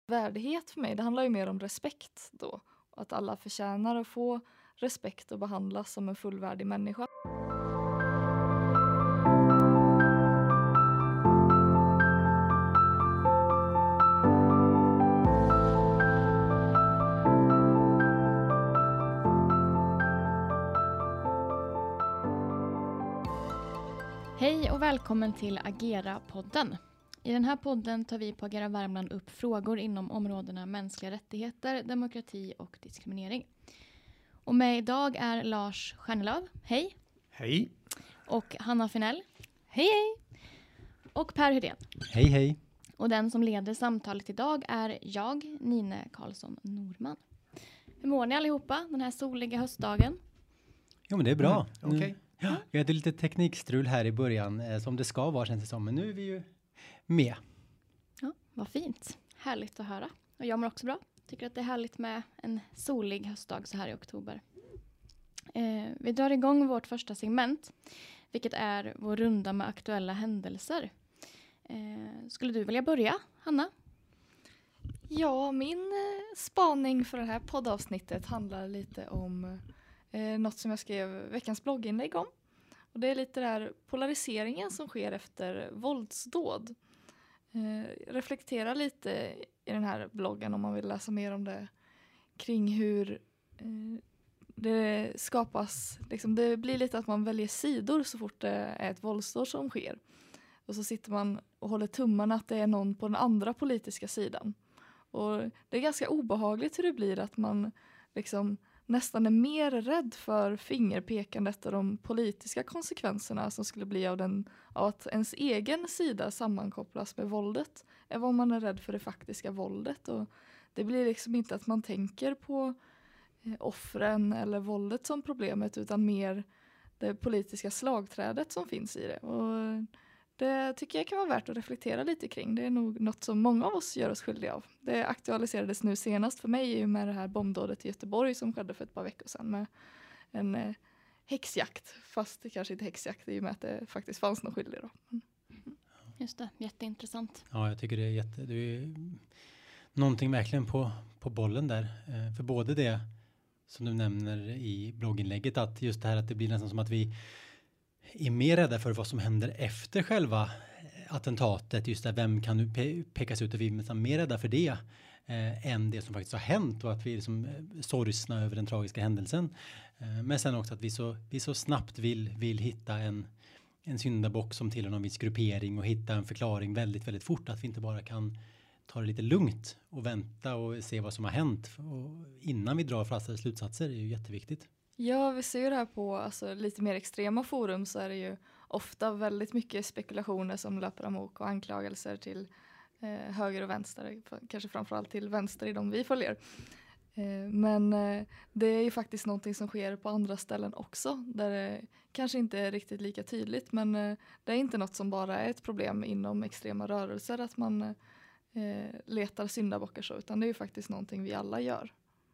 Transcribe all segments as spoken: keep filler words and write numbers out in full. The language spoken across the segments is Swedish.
Värdighet för mig, det handlar ju mer om respekt då. Att alla förtjänar att få respekt och behandlas som en fullvärdig människa. Hej och välkommen till Agera-podden. I den här podden tar vi på Agera Värmland upp frågor inom områdena mänskliga rättigheter, demokrati och diskriminering. Och med idag är Lars Stjärnelöv. Hej. Hej. Och Hanna Finell. Hej hej. Och Per Hydén. Hej hej. Och den som leder samtalet idag är jag, Nine Karlsson Norman. Hur mår ni allihopa den här soliga höstdagen? Jo men det är bra. Mm, Okej. Okay. Ja, vi hade lite teknikstrul här i början eh, som det ska vara känns det som. Men nu är vi ju med. Ja, vad fint. Härligt att höra. Och jag mår också bra. Tycker att det är härligt med en solig höstdag så här i oktober. Eh, vi drar igång vårt första segment. Vilket är vår runda med aktuella händelser. Eh, skulle du vilja börja, Hanna? Ja, min eh, spaning för det här poddavsnittet handlar lite om eh, något som jag skrev veckans blogginlägg om. Och det är lite där polariseringen som sker efter våldsdåd. Eh, reflektera lite i den här bloggen om man vill läsa mer om det. Kring hur eh, det skapas, liksom det blir lite att man väljer sidor så fort det är ett våldsdåd som sker. Och så sitter man och håller tummarna att det är någon på den andra politiska sidan. Och det är ganska obehagligt hur det blir att man liksom nästan är mer rädd för fingerpekandet och de politiska konsekvenserna som skulle bli av, den, av att ens egen sida sammankopplas med våldet än vad man är rädd för det faktiska våldet. Och det blir liksom inte att man tänker på eh, offren eller våldet som problemet utan mer det politiska slagträdet som finns i det. Och det tycker jag kan vara värt att reflektera lite kring. Det är nog något som många av oss gör oss skyldiga av. Det aktualiserades nu senast för mig med det här bombdådet i Göteborg som skedde för ett par veckor sedan med en eh, häxjakt. Fast det kanske inte häxjakt i och med att det faktiskt fanns någon skyldig då. Mm. Just det, jätteintressant. Ja, jag tycker det är jätte... Det är någonting verkligen på, på bollen där. Eh, för både det som du nämner i blogginlägget att just det här att det blir nästan som att vi är mer rädda för vad som händer efter själva attentatet. Just där, vem kan nu pe- pekas ut och vi är nästan mer rädda för det eh, än det som faktiskt har hänt och att vi är liksom eh, sorgsna över den tragiska händelsen. Eh, men sen också att vi så, vi så snabbt vill, vill hitta en, en syndabock som tillhör någon viss gruppering och hitta en förklaring väldigt, väldigt fort. Att vi inte bara kan ta det lite lugnt och vänta och se vad som har hänt. Och innan vi drar fasta slutsatser är ju jätteviktigt. Ja, vi ser ju det här på alltså, lite mer extrema forum så är det ju ofta väldigt mycket spekulationer som löper amok och anklagelser till eh, höger och vänster. Kanske framförallt till vänster i de vi följer. Eh, men eh, det är ju faktiskt någonting som sker på andra ställen också. Där det kanske inte är riktigt lika tydligt. Men eh, det är inte något som bara är ett problem inom extrema rörelser att man eh, letar syndabockar så. Utan det är ju faktiskt någonting vi alla gör.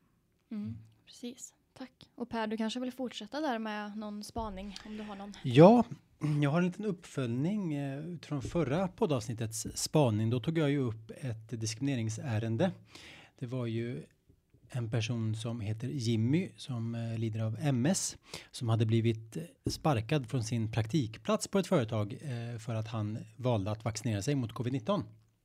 Mm, precis. Tack. Och Per, du kanske vill fortsätta där med någon spaning om du har någon? Ja, jag har en liten uppföljning eh, utifrån förra poddavsnittets spaning. Då tog jag ju upp ett diskrimineringsärende. Det var ju en person som heter Jimmy som eh, lider av M S som hade blivit sparkad från sin praktikplats på ett företag eh, för att han valde att vaccinera sig mot covid nitton.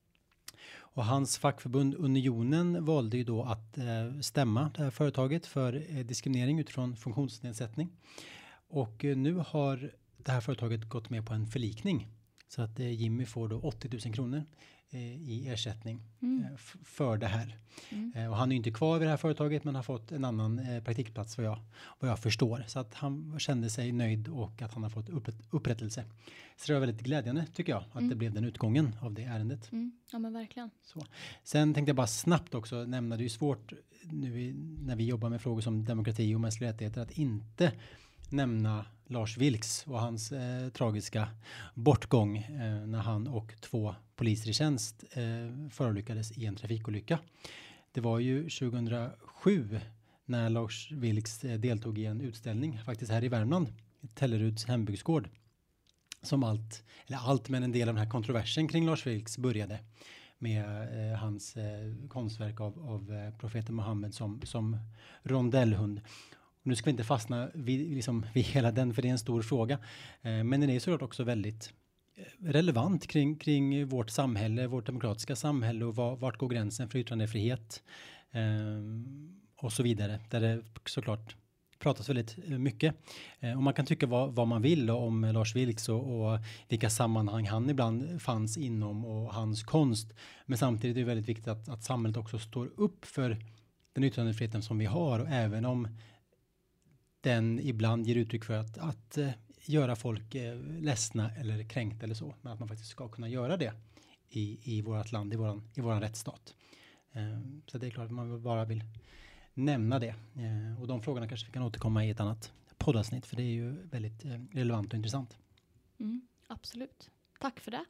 Och hans fackförbund Unionen valde ju då att eh, stämma det här företaget för eh, diskriminering utifrån funktionsnedsättning. Och eh, nu har det här företaget gått med på en förlikning. Så att eh, Jimmy får då åttio tusen kronor eh, i ersättning Mm. eh, f- för det här. Mm. Eh, och han är ju inte kvar vid det här företaget men har fått en annan eh, praktikplats vad jag, vad jag förstår. Så att han kände sig nöjd och att han har fått upprätt- upprättelse. Så det var väldigt glädjande tycker jag att Mm. det blev den utgången av det ärendet. Mm. Ja, men verkligen. Så. Sen tänkte jag bara snabbt också nämna, det är ju svårt nu i, när vi jobbar med frågor som demokrati och mänskliga rättigheter att inte nämna Lars Vilks och hans eh, tragiska bortgång eh, när han och två poliser i tjänst eh, förolyckades i en trafikolycka. Det var ju tjugohundrasju när Lars Vilks eh, deltog i en utställning faktiskt här i Värmland, i Telleruds hembygdsgård. Som allt, eller allt men en del av den här kontroversen kring Lars Vilks började. med eh, hans eh, konstverk av, av eh, profeten Muhammed som, som rondellhund. Och nu ska vi inte fastna vid, liksom, vid hela den, för det är en stor fråga. Eh, men den är såklart också väldigt relevant kring, kring vårt samhälle, vårt demokratiska samhälle och var, vart går gränsen för yttrandefrihet eh, och så vidare. Där det såklart pratas väldigt mycket. Eh, och man kan tycka vad, vad man vill om Lars Vilks och, och vilka sammanhang han ibland fanns inom och hans konst. Men samtidigt är det väldigt viktigt att, att samhället också står upp för den yttrandefriheten som vi har, och även om den ibland ger uttryck för att, att uh, göra folk uh, ledsna eller kränkta eller så, men att man faktiskt ska kunna göra det i, i vårt land, i våran, i våran rättsstat. Uh, så det är klart att man bara vill nämna det. Uh, och de frågorna kanske vi kan återkomma i ett annat poddavsnitt, för det är ju väldigt uh, relevant och intressant. Mm, absolut. Tack för det.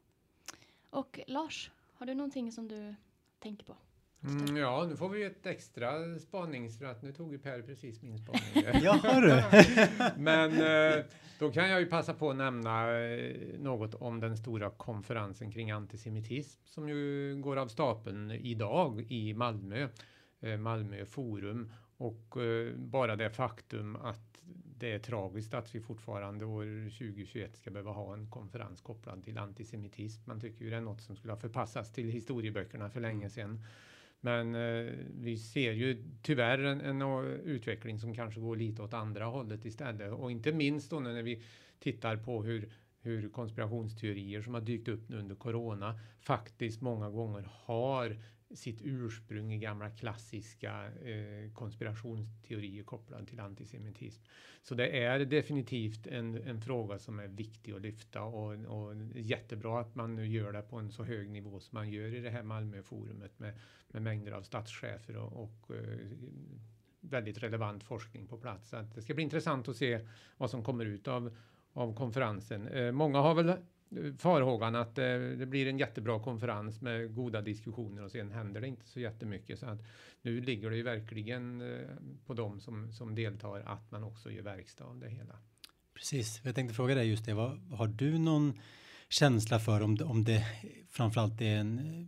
Och Lars, har du någonting som du tänker på? Mm, ja, nu får vi ett extra spanings, för att nu tog ju Per precis min spaning. Ja, har du? Men eh, då kan jag ju passa på att nämna eh, något om den stora konferensen kring antisemitism som ju går av stapeln idag i Malmö, eh, Malmö Forum. Och eh, bara det faktum att det är tragiskt att vi fortfarande år tjugohundratjugoett ska behöva ha en konferens kopplad till antisemitism. Man tycker ju det är något som skulle ha förpassats till historieböckerna för länge sedan. Men eh, vi ser ju tyvärr en, en utveckling som kanske går lite åt andra hållet istället. Och inte minst då när vi tittar på hur, hur konspirationsteorier som har dykt upp nu under corona faktiskt många gånger har sitt ursprung i gamla klassiska eh, konspirationsteorier kopplade till antisemitism. Så det är definitivt en, en fråga som är viktig att lyfta, och, och jättebra att man nu gör det på en så hög nivå som man gör i det här Malmöforumet med, med mängder av statschefer och, och eh, väldigt relevant forskning på plats. Så att det ska bli intressant att se vad som kommer ut av, av konferensen. Eh, många har väl farhågan att eh, det blir en jättebra konferens med goda diskussioner och sen händer det inte så jättemycket. Så att nu ligger det ju verkligen eh, på dem som, som deltar att man också gör verkstad av det hela. Precis, jag tänkte fråga dig just det. Vad, har du någon känsla för om det, om det framförallt är en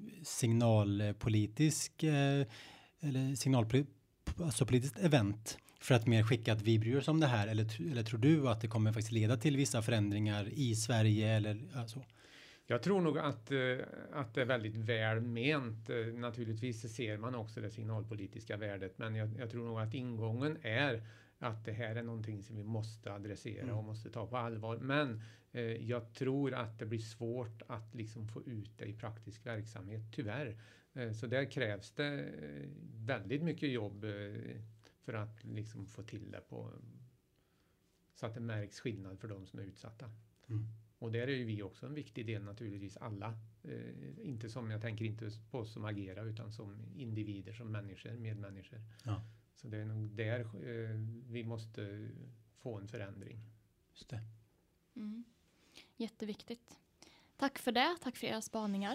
signalpolitisk eh, eller signalpolitiskt alltså politiskt event för att mer skicka att vi bryr oss om det här, eller, eller tror du att det kommer faktiskt leda till vissa förändringar i Sverige eller alltså? Jag tror nog att, att det är väldigt väl ment. Naturligtvis ser man också det signalpolitiska värdet, men jag, jag tror nog att ingången är att det här är någonting som vi måste adressera mm. och måste ta på allvar. Men eh, jag tror att det blir svårt att liksom få ut det i praktisk verksamhet, tyvärr. Eh, så där krävs det väldigt mycket jobb eh, för att liksom få till det på, så att det märks skillnad för de som är utsatta. Mm. Och där är ju vi också en viktig del naturligtvis, alla. Eh, inte som, jag tänker inte på oss som agerar, utan som individer, som människor, medmänniskor. Ja. Så det är nog där eh, vi måste få en förändring. Just det. Mm. Jätteviktigt. Tack för det, tack för era spaningar.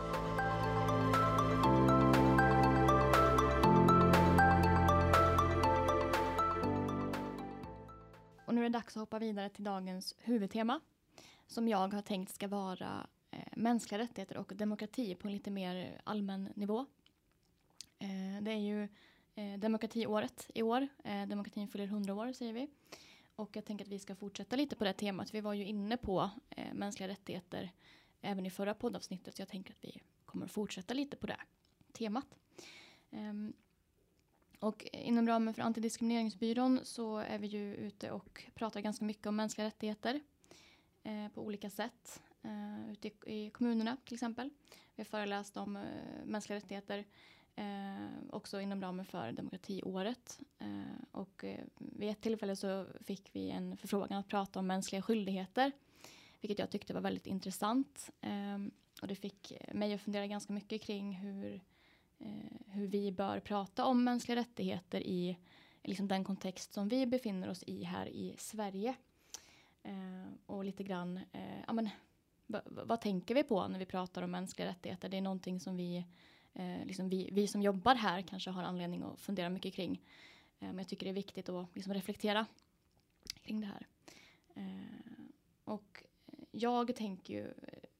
Och nu är det dags att hoppa vidare till dagens huvudtema, som jag har tänkt ska vara eh, mänskliga rättigheter och demokrati på en lite mer allmän nivå. Eh, det är ju eh, demokratiåret i år. Eh, demokratin fyller hundra år, säger vi. Och jag tänker att vi ska fortsätta lite på det temat. Vi var ju inne på eh, mänskliga rättigheter även i förra poddavsnittet, så jag tänker att vi kommer fortsätta lite på det temat. Um, Och inom ramen för Antidiskrimineringsbyrån så är vi ju ute och pratar ganska mycket om mänskliga rättigheter eh, på olika sätt. Eh, ute i, i kommunerna till exempel. Vi har föreläst om eh, mänskliga rättigheter eh, också inom ramen för demokratiåret. Eh, och eh, vid ett tillfälle så fick vi en förfrågan att prata om mänskliga skyldigheter. Vilket jag tyckte var väldigt intressant. Eh, och det fick mig att fundera ganska mycket kring hur Eh, hur vi bör prata om mänskliga rättigheter i liksom den kontext som vi befinner oss i här i Sverige. Eh, och lite grann, eh, ja, men, v- v- vad tänker vi på när vi pratar om mänskliga rättigheter? Det är någonting som vi, eh, liksom vi, vi som jobbar här kanske har anledning att fundera mycket kring. Eh, men jag tycker det är viktigt att liksom reflektera kring det här. Eh, och jag tänker ju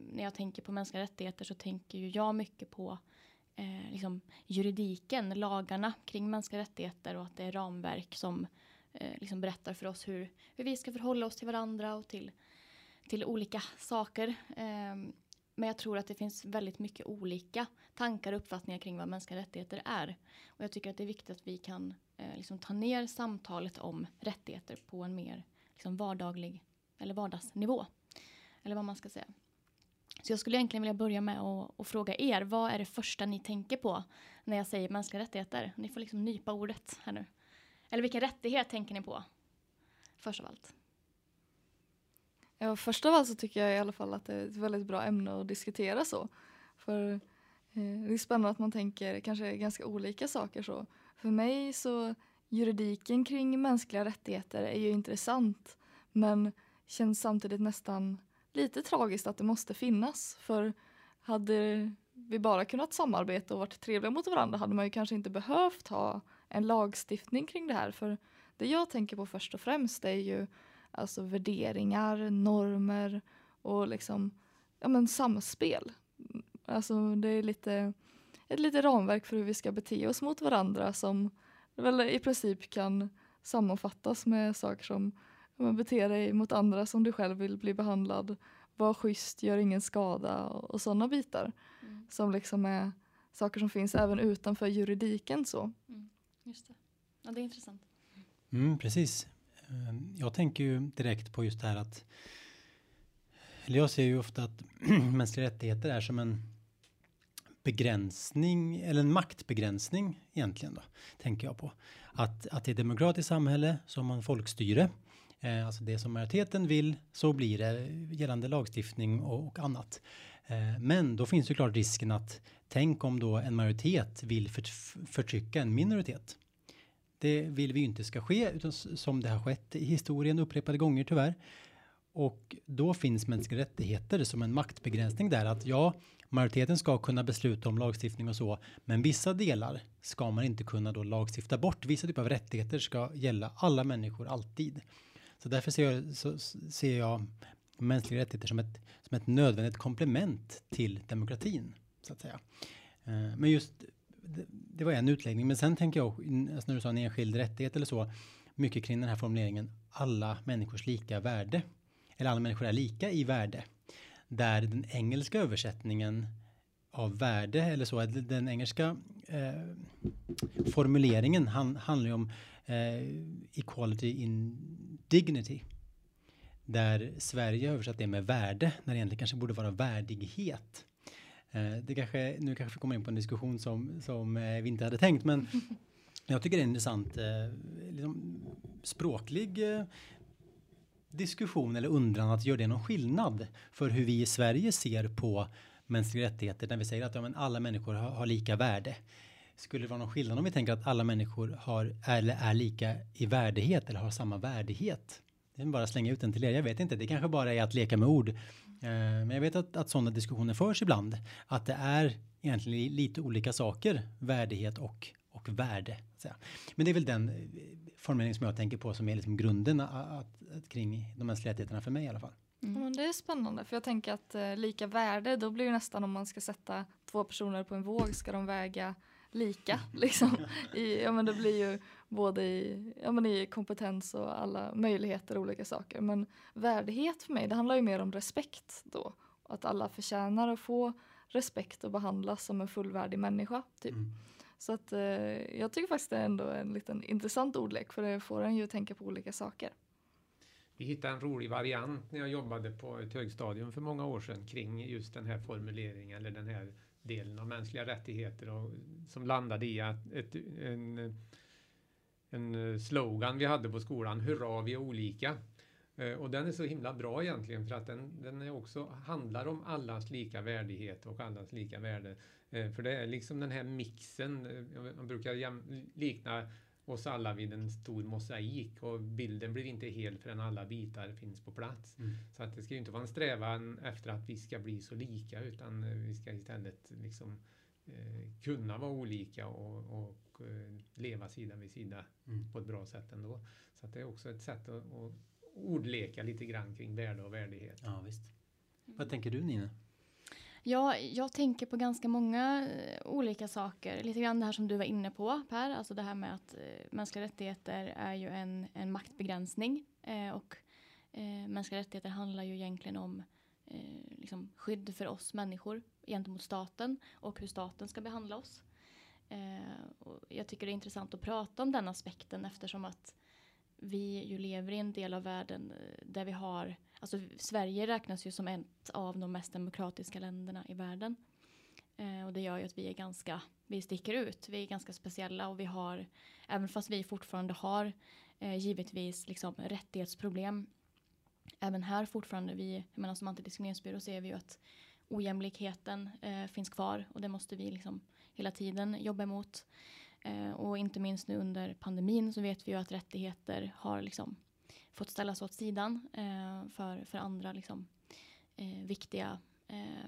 när jag tänker på mänskliga rättigheter så tänker ju jag mycket på eh, liksom juridiken, lagarna kring mänskliga rättigheter och att det är ramverk som eh, liksom berättar för oss hur, hur vi ska förhålla oss till varandra och till, till olika saker. Eh, men jag tror att det finns väldigt mycket olika tankar och uppfattningar kring vad mänskliga rättigheter är. Och jag tycker att det är viktigt att vi kan eh, liksom ta ner samtalet om rättigheter på en mer liksom vardaglig eller vardagsnivå. Eller vad man ska säga. Så jag skulle egentligen vilja börja med att, att fråga er. Vad är det första ni tänker på när jag säger mänskliga rättigheter? Ni får liksom nypa ordet här nu. Eller vilken rättighet tänker ni på? Först av allt. Ja, först av allt så tycker jag i alla fall att det är ett väldigt bra ämne att diskutera så. För eh, det är spännande att man tänker kanske ganska olika saker så. För mig så juridiken kring mänskliga rättigheter är ju intressant. Men känns samtidigt nästan lite tragiskt att det måste finnas. För hade vi bara kunnat samarbeta och varit trevliga mot varandra hade man ju kanske inte behövt ha en lagstiftning kring det här. För det jag tänker på först och främst är ju alltså värderingar, normer och liksom ja, men samspel. Alltså det är lite ett lite ramverk för hur vi ska bete oss mot varandra som väl i princip kan sammanfattas med saker som man beter dig mot andra som du själv vill bli behandlad. Var schysst, gör ingen skada och, och sådana bitar. Mm. Som liksom är saker som finns även utanför juridiken så. Mm. Just det. Ja, det är intressant. Mm, precis. Jag tänker ju direkt på just det här att eller jag ser ju ofta att mänskliga rättigheter är som en begränsning eller en maktbegränsning egentligen då, tänker jag på. Att, att i ett demokratiskt samhälle så har man folkstyre. Eh, alltså det som majoriteten vill så blir det gällande lagstiftning och, och annat. Eh, men då finns ju klart risken att tänk om då en majoritet vill för, förtrycka en minoritet. Det vill vi ju inte ska ske utan som det har skett i historien upprepade gånger tyvärr. Och då finns mänskliga rättigheter som en maktbegränsning där att ja, majoriteten ska kunna besluta om lagstiftning och så, men vissa delar ska man inte kunna då lagstifta bort. Vissa typer av rättigheter ska gälla alla människor alltid. Så därför ser jag, så ser jag mänskliga rättigheter som ett, som ett nödvändigt komplement till demokratin, så att säga. Men just, det, det var en utläggning. Men sen tänker jag, när du sa en enskild rättighet eller så, mycket kring den här formuleringen, alla människors lika värde. Eller alla människor är lika i värde. Där den engelska översättningen av värde, eller så, den engelska eh, formuleringen han, handlar ju om eh, equality in dignity. Där Sverige översatt det med värde, när det egentligen kanske borde vara värdighet. Eh, det kanske, nu kanske vi kommer in på en diskussion som, som eh, vi inte hade tänkt, men jag tycker det är en intressant eh, liksom, språklig eh, diskussion eller undran att gör det någon skillnad för hur vi i Sverige ser på mänskliga rättigheter när vi säger att ja, men alla människor har, har lika värde. Skulle det vara någon skillnad om vi tänker att alla människor har, eller är lika i värdighet eller har samma värdighet? Det är bara att slänga ut den till er. Jag vet inte, det kanske bara är att leka med ord. Eh, men jag vet att, att sådana diskussioner förs ibland. Att det är egentligen lite olika saker, värdighet och, och värde. Så. Men det är väl den formulering som jag tänker på som är liksom grunden att, att, att kring de mänskliga rättigheterna för mig i alla fall. Mm. Ja, men det är spännande för jag tänker att eh, lika värde då blir det nästan om man ska sätta två personer på en våg ska de väga lika liksom. I, ja men det blir ju både i, ja, men i kompetens och alla möjligheter och olika saker. Men värdighet för mig det handlar ju mer om respekt då. Att alla förtjänar att få respekt och behandlas som en fullvärdig människa typ. Mm. Så att eh, jag tycker faktiskt det är ändå en liten intressant ordlek för det får en ju tänka på olika saker. Vi hittade en rolig variant när jag jobbade på ett högstadium för många år sedan kring just den här formuleringen eller den här delen av mänskliga rättigheter och, som landade i att ett, en, en slogan vi hade på skolan, hurra vi är olika. Och den är så himla bra egentligen för att den, den är också handlar om allas lika värdighet och allas lika värde. För det är liksom den här mixen, man brukar jäm, likna oss alla vid en stor mosaik och bilden blir inte hel förrän alla bitar finns på plats. Mm. Så att det ska ju inte vara en strävan efter att vi ska bli så lika utan vi ska istället liksom eh, kunna vara olika och, och eh, leva sida vid sida mm. på ett bra sätt ändå. Så att det är också ett sätt att, att ordleka lite grann kring värde och värdighet. Ja visst. Mm. Vad tänker du Nina? Ja, jag tänker på ganska många eh, olika saker. Lite grann det här som du var inne på, Per. Alltså det här med att eh, mänskliga rättigheter är ju en, en maktbegränsning. Eh, och eh, mänskliga rättigheter handlar ju egentligen om eh, liksom skydd för oss människor gentemot staten. Och hur staten ska behandla oss. Eh, och jag tycker det är intressant att prata om den aspekten eftersom att vi ju lever i en del av världen där vi har, alltså Sverige räknas ju som ett av de mest demokratiska länderna i världen. Eh, och det gör ju att vi är ganska, vi sticker ut, vi är ganska speciella och vi har, även fast vi fortfarande har eh, givetvis liksom rättighetsproblem, även här fortfarande, vi, jag menar som antidiskrimineringsbyrå ser vi ju att ojämlikheten eh, finns kvar och det måste vi liksom hela tiden jobba emot. Eh, och inte minst nu under pandemin så vet vi ju att rättigheter har liksom fått ställas åt sidan eh, för, för andra liksom, eh, viktiga eh,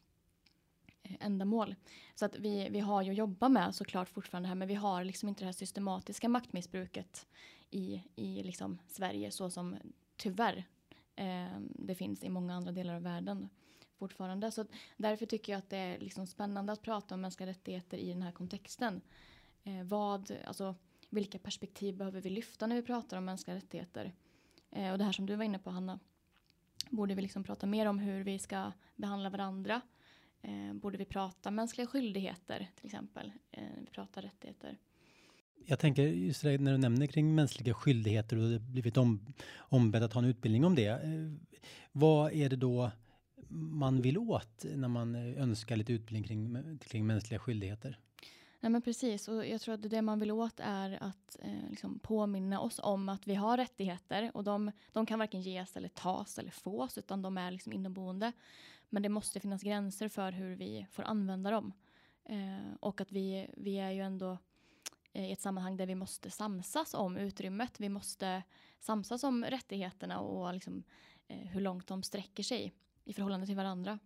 ändamål. Så att vi, vi har ju att jobba med såklart fortfarande här, men vi har liksom inte det här systematiska maktmissbruket i, i liksom Sverige så som tyvärr eh, det finns i många andra delar av världen fortfarande. Så därför tycker jag att det är liksom spännande att prata om mänskliga rättigheter i den här kontexten. Eh, vad, alltså, vilka perspektiv behöver vi lyfta när vi pratar om mänskliga rättigheter? Eh, och det här som du var inne på, Hanna. Borde vi liksom prata mer om hur vi ska behandla varandra? Eh, borde vi prata mänskliga skyldigheter till exempel? Eh, vi pratar rättigheter. Jag tänker just det, när du nämner kring mänskliga skyldigheter och det blivit om, ombedd att ha en utbildning om det. Eh, vad är det då man vill åt när man önskar lite utbildning kring, kring mänskliga skyldigheter? Nej men precis, och jag tror att det man vill åt är att eh, liksom påminna oss om att vi har rättigheter och de, de kan varken ges eller tas eller fås utan de är liksom inneboende. Men det måste finnas gränser för hur vi får använda dem. Eh, och att vi, vi är ju ändå i ett sammanhang där vi måste samsas om utrymmet. Vi måste samsas om rättigheterna och liksom, eh, hur långt de sträcker sig i förhållande till varandra.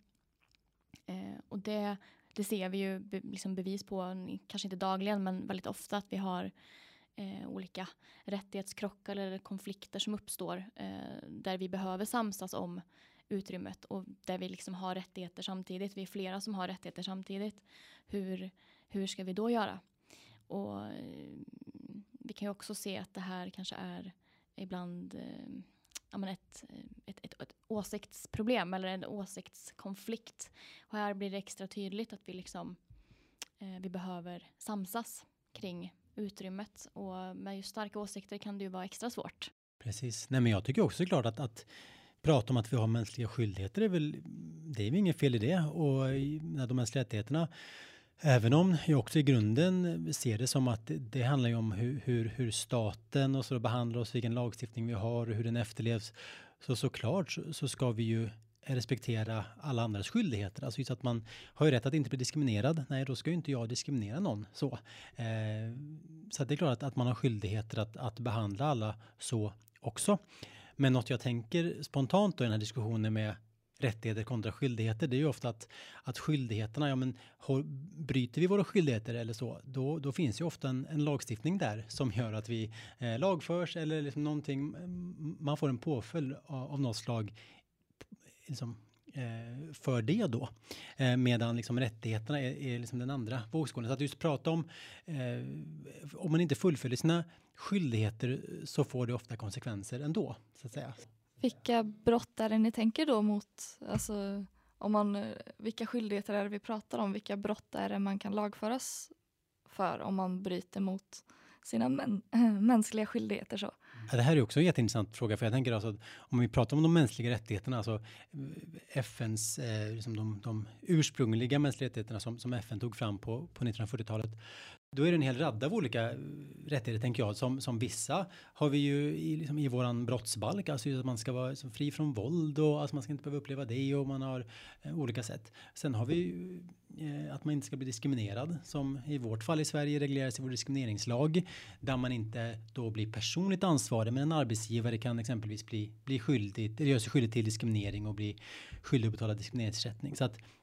Eh, och det, det ser vi ju be, liksom bevis på, kanske inte dagligen men väldigt ofta att vi har eh, olika rättighetskrockar eller konflikter som uppstår eh, där vi behöver samsas om utrymmet och där vi liksom har rättigheter samtidigt. Vi är flera som har rättigheter samtidigt. Hur, hur ska vi då göra? Och eh, vi kan ju också se att det här kanske är ibland eh, ja, men ett, ett, ett, ett åsiktsproblem eller en åsiktskonflikt. Och här blir det extra tydligt att vi liksom eh, vi behöver samsas kring utrymmet. Och med just starka åsikter kan det ju vara extra svårt. Precis. Nej, men jag tycker också klart att, att prata om att vi har mänskliga skyldigheter är väl, det är väl ingen fel i det. Och de mänskliga rättigheterna, även om jag också i grunden ser det som att det, det handlar ju om hur, hur, hur staten och så behandlar oss, vilken lagstiftning vi har och hur den efterlevs. Så såklart så, så ska vi ju respektera alla andras skyldigheter. Alltså just att man har ju rätt att inte bli diskriminerad. Nej, då ska ju inte jag diskriminera någon. Så, eh, så att det är klart att, att man har skyldigheter att, att behandla alla så också. Men något jag tänker spontant då i den här diskussionen med rättigheter kontra skyldigheter, det är ju ofta att, att skyldigheterna, ja men har, bryter vi våra skyldigheter eller så, då, då finns ju ofta en, en lagstiftning där som gör att vi eh, lagförs eller liksom någonting, man får en påföljd av, av något slag liksom, eh, för det då. Eh, medan liksom rättigheterna är, är liksom den andra vågskålen. Så att just prata om, eh, om man inte fullföljer sina skyldigheter så får det ofta konsekvenser ändå, så att säga. Vilka brott är det ni tänker då mot, alltså om man, vilka skyldigheter är det vi pratar om? Vilka brott är det man kan lagföras för om man bryter mot sina mä- mänskliga skyldigheter så? Ja, det här är också en jätteintressant fråga, för jag tänker alltså att om vi pratar om de mänskliga rättigheterna, alltså F N:s, eh, liksom de, de ursprungliga mänskliga rättigheterna som, som F N tog fram på, på nittonhundrafyrtiotalet, då är det en hel radda av olika rättigheter, tänker jag, som, som vissa har vi ju i, liksom i våran brottsbalk, alltså att man ska vara så fri från våld och alltså man ska inte behöva uppleva det och man har eh, olika sätt. Sen har vi ju eh, att man inte ska bli diskriminerad, som i vårt fall i Sverige regleras i vår diskrimineringslag, där man inte då blir personligt ansvarig, men en arbetsgivare kan exempelvis bli, bli skyldig, eller göra sig skyldig till diskriminering och bli skyldig att betala diskrimineringsersättning. Så att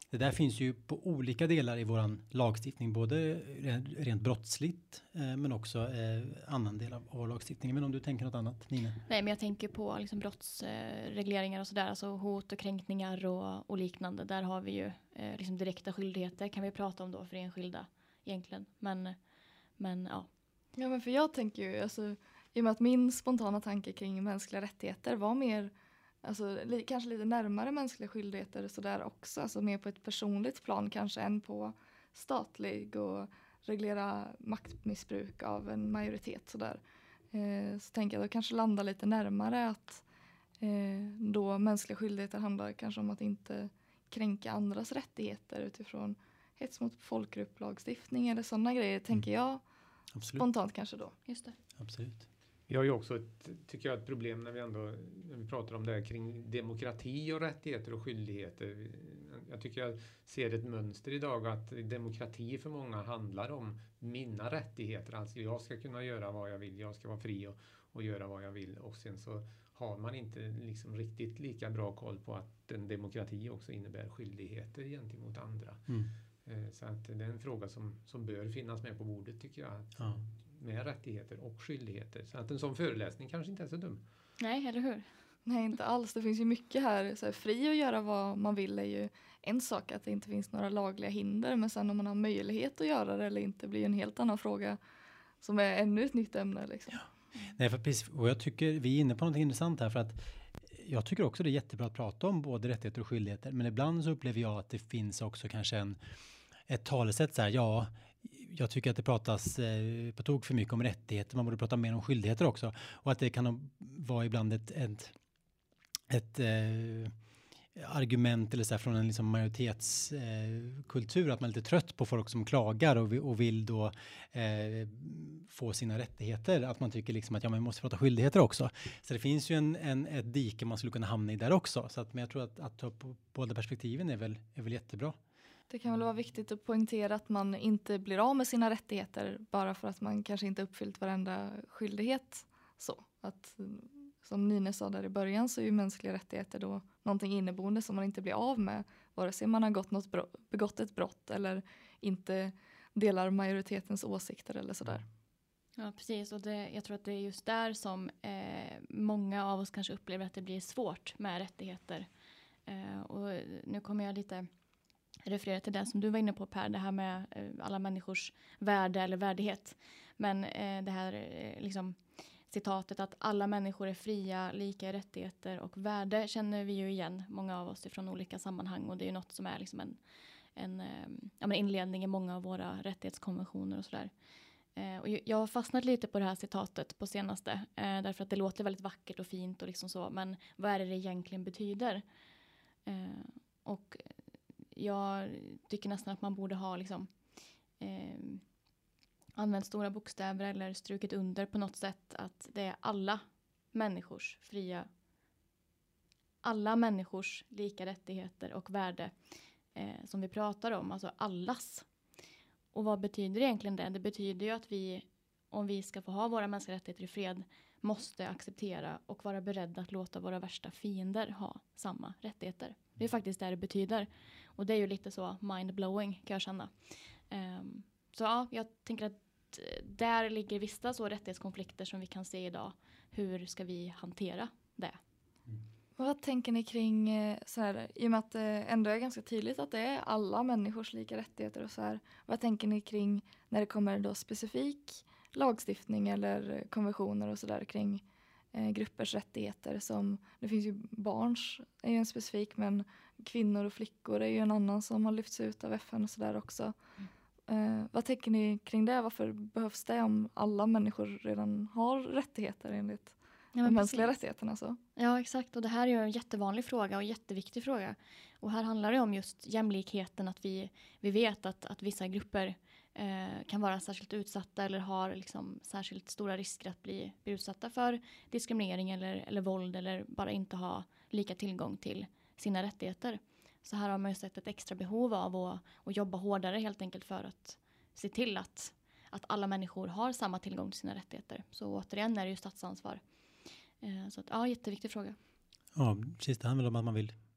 det där finns ju på olika delar i våran lagstiftning, både rent brottsligt eh, men också eh, annan del av vår lagstiftning. Men om du tänker något annat, Nina? Nej, men jag tänker på liksom brottsregleringar och sådär, alltså hot och kränkningar och, och liknande. Där har vi ju eh, liksom direkta skyldigheter, kan vi prata om då för enskilda egentligen. Men, men ja. Ja, men för jag tänker ju, alltså, i och med att min spontana tanke kring mänskliga rättigheter var mer, alltså, li, kanske lite närmare mänskliga skyldigheter sådär också, alltså mer på ett personligt plan kanske än på statlig och reglera maktmissbruk av en majoritet sådär. Eh, så tänker jag då kanske landa lite närmare att eh, då mänskliga skyldigheter handlar kanske om att inte kränka andras rättigheter utifrån hets mot folkgrupplagstiftning eller sådana grejer, tänker jag. Absolut. Spontant kanske då. Just det. Absolut. Vi har ju också ett, tycker jag, ett problem när vi ändå när vi pratar om det här kring demokrati och rättigheter och skyldigheter. Jag tycker jag ser ett mönster idag att demokrati för många handlar om mina rättigheter. Alltså jag ska kunna göra vad jag vill, jag ska vara fri och, och göra vad jag vill. Och sen så har man inte liksom riktigt lika bra koll på att en demokrati också innebär skyldigheter gentemot andra. Mm. Så att det är en fråga som, som bör finnas med på bordet, tycker jag. Att, Ja. Med rättigheter och skyldigheter. Så att en sån föreläsning kanske inte är så dum. Nej, eller hur? Nej, inte alls. Det finns ju mycket här. Så här, fri att göra vad man vill är ju en sak, att det inte finns några lagliga hinder. Men sen om man har möjlighet att göra det eller inte blir en helt annan fråga som är ännu ett nytt ämne. Liksom. Ja. Nej, för precis, och jag tycker vi är inne på något intressant här, för att jag tycker också det är jättebra att prata om både rättigheter och skyldigheter. Men ibland så upplever jag att det finns också kanske en, ett talesätt så här, ja, jag tycker att det pratas eh, på tok för mycket om rättigheter. Man borde prata mer om skyldigheter också. Och att det kan vara ibland ett, ett, ett eh, argument eller så här, från en liksom majoritetskultur. Eh, att man är lite trött på folk som klagar och, och vill då eh, få sina rättigheter. Att man tycker liksom att ja, man måste prata skyldigheter också. Så det finns ju en, en, ett dike man skulle kunna hamna i där också. Så att, men jag tror att, att ta på båda perspektiven är väl, är väl jättebra. Det kan väl vara viktigt att poängtera att man inte blir av med sina rättigheter bara för att man kanske inte uppfyllt varenda skyldighet. Så att, som Nina sa där i början, så är ju mänskliga rättigheter då någonting inneboende som man inte blir av med. Vare sig man har gått något bro- begått ett brott eller inte delar majoritetens åsikter eller sådär. Ja, precis. Och det, jag tror att det är just där som eh, många av oss kanske upplever att det blir svårt med rättigheter. Eh, och nu kommer jag lite referera till det som du var inne på, Per, det här med eh, alla människors värde eller värdighet. Men eh, det här eh, liksom citatet att alla människor är fria, lika i rättigheter och värde känner vi ju igen, många av oss ifrån olika sammanhang, och det är ju något som är liksom en, en eh, ja, men inledning i många av våra rättighetskonventioner och sådär. Eh, och jag har fastnat lite på det här citatet på senaste, eh, därför att det låter väldigt vackert och fint och liksom så, men vad är det det egentligen betyder? Eh, och jag tycker nästan att man borde ha liksom, eh, använt stora bokstäver eller strukit under på något sätt att det är alla människors fria, alla människors lika rättigheter och värde eh, som vi pratar om, alltså allas. Och vad betyder egentligen det? Det betyder ju att vi, om vi ska få ha våra mänskliga rättigheter i fred, måste acceptera och vara beredda att låta våra värsta fiender ha samma rättigheter. Det är faktiskt det det betyder. Och det är ju lite så mind-blowing, kan jag känna. Um, så ja, jag tänker att där ligger vissa så rättighetskonflikter som vi kan se idag. Hur ska vi hantera det? Mm. Vad tänker ni kring så här, i och med att det ändå är ganska tydligt att det är alla människors lika rättigheter och så här. Vad tänker ni kring när det kommer då specifik lagstiftning eller konventioner och så där kring eh, gruppers rättigheter, som det finns ju barns är ju en specifik, men kvinnor och flickor är ju en annan som har lyfts ut av F N och så där också. Mm. Eh, vad tänker ni kring det? Varför behövs det om alla människor redan har rättigheter enligt ja, de mänskliga precis. rättigheterna? Så? Ja, exakt. Och det här är ju en jättevanlig fråga och jätteviktig fråga. Och här handlar det om just jämlikheten, att vi, vi vet att, att vissa grupper eh, kan vara särskilt utsatta eller har liksom särskilt stora risker att bli, bli utsatta för diskriminering eller, eller våld eller bara inte ha lika tillgång till sina rättigheter. Så här har man ju sett ett extra behov av att, att jobba hårdare helt enkelt för att se till att, att alla människor har samma tillgång till sina rättigheter. Så återigen är det ju statsansvar. Eh, så att, ja, jätteviktig fråga. Ja, precis. Det handlar om att man vill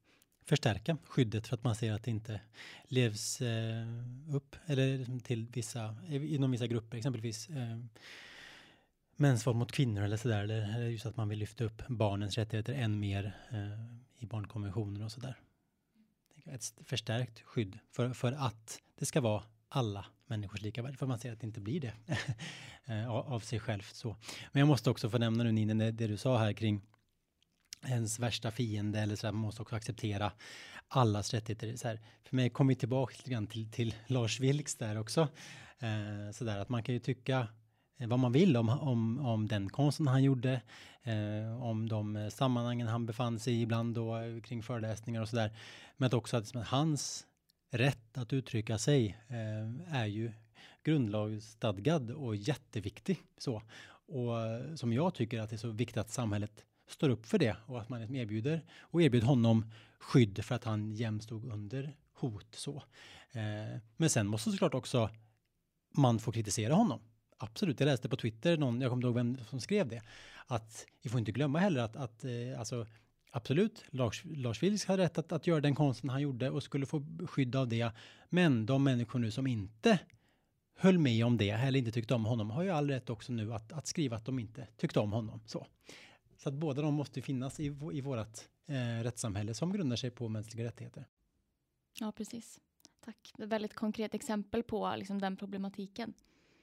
förstärka skyddet för att man ser att det inte levs eh, upp eller till vissa, inom vissa grupper, exempelvis eh, mäns våld mot kvinnor eller sådär, eller, eller just att man vill lyfta upp barnens rättigheter än mer eh, i barnkonventioner och sådär. Ett förstärkt skydd för, för att det ska vara alla människors lika värde, för man ser att det inte blir det av sig självt så. Men jag måste också få nämna nu Nina, det, det du sa här kring ens värsta fiende eller så här, man måste också acceptera allas rättigheter. Så här, för mig kommer vi tillbaka lite grann till, till Lars Vilks där också. Eh, så där att man kan ju tycka eh, vad man vill om, om, om den konsten han gjorde, eh, om de sammanhangen han befann sig i ibland då eh, kring föreläsningar och så där. Men att också att hans rätt att uttrycka sig eh, är ju grundlagsstadgad och jätteviktig så. Och som jag tycker att det är så viktigt att samhället står upp för det och att man erbjuder och erbjuder honom skydd för att han jämt stod under hot så. Eh, men sen måste såklart också man få kritisera honom. Absolut, jag läste på Twitter någon, jag kommer inte ihåg vem som skrev det, att vi får inte glömma heller att, att eh, alltså absolut, Lars, Lars Vilks hade rätt att, att göra den konsten han gjorde och skulle få skydd av det. Men de människor nu som inte höll med om det eller inte tyckte om honom har ju all rätt också nu att, att skriva att de inte tyckte om honom. Så, så att båda de måste finnas i, i vårt eh, rättssamhälle som grundar sig på mänskliga rättigheter. Ja, precis. Tack. Det är ett väldigt konkret exempel på liksom, den problematiken.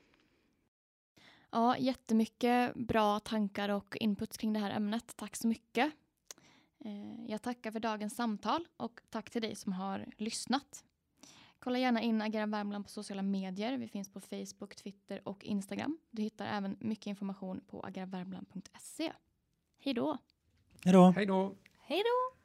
Ja, jättemycket bra tankar och input kring det här ämnet. Tack så mycket. Jag tackar för dagens samtal och tack till dig som har lyssnat. Kolla gärna in Agera Värmland på sociala medier. Vi finns på Facebook, Twitter och Instagram. Du hittar även mycket information på agera värmland punkt se. Hej då! Hej då! Hej då! Hej då!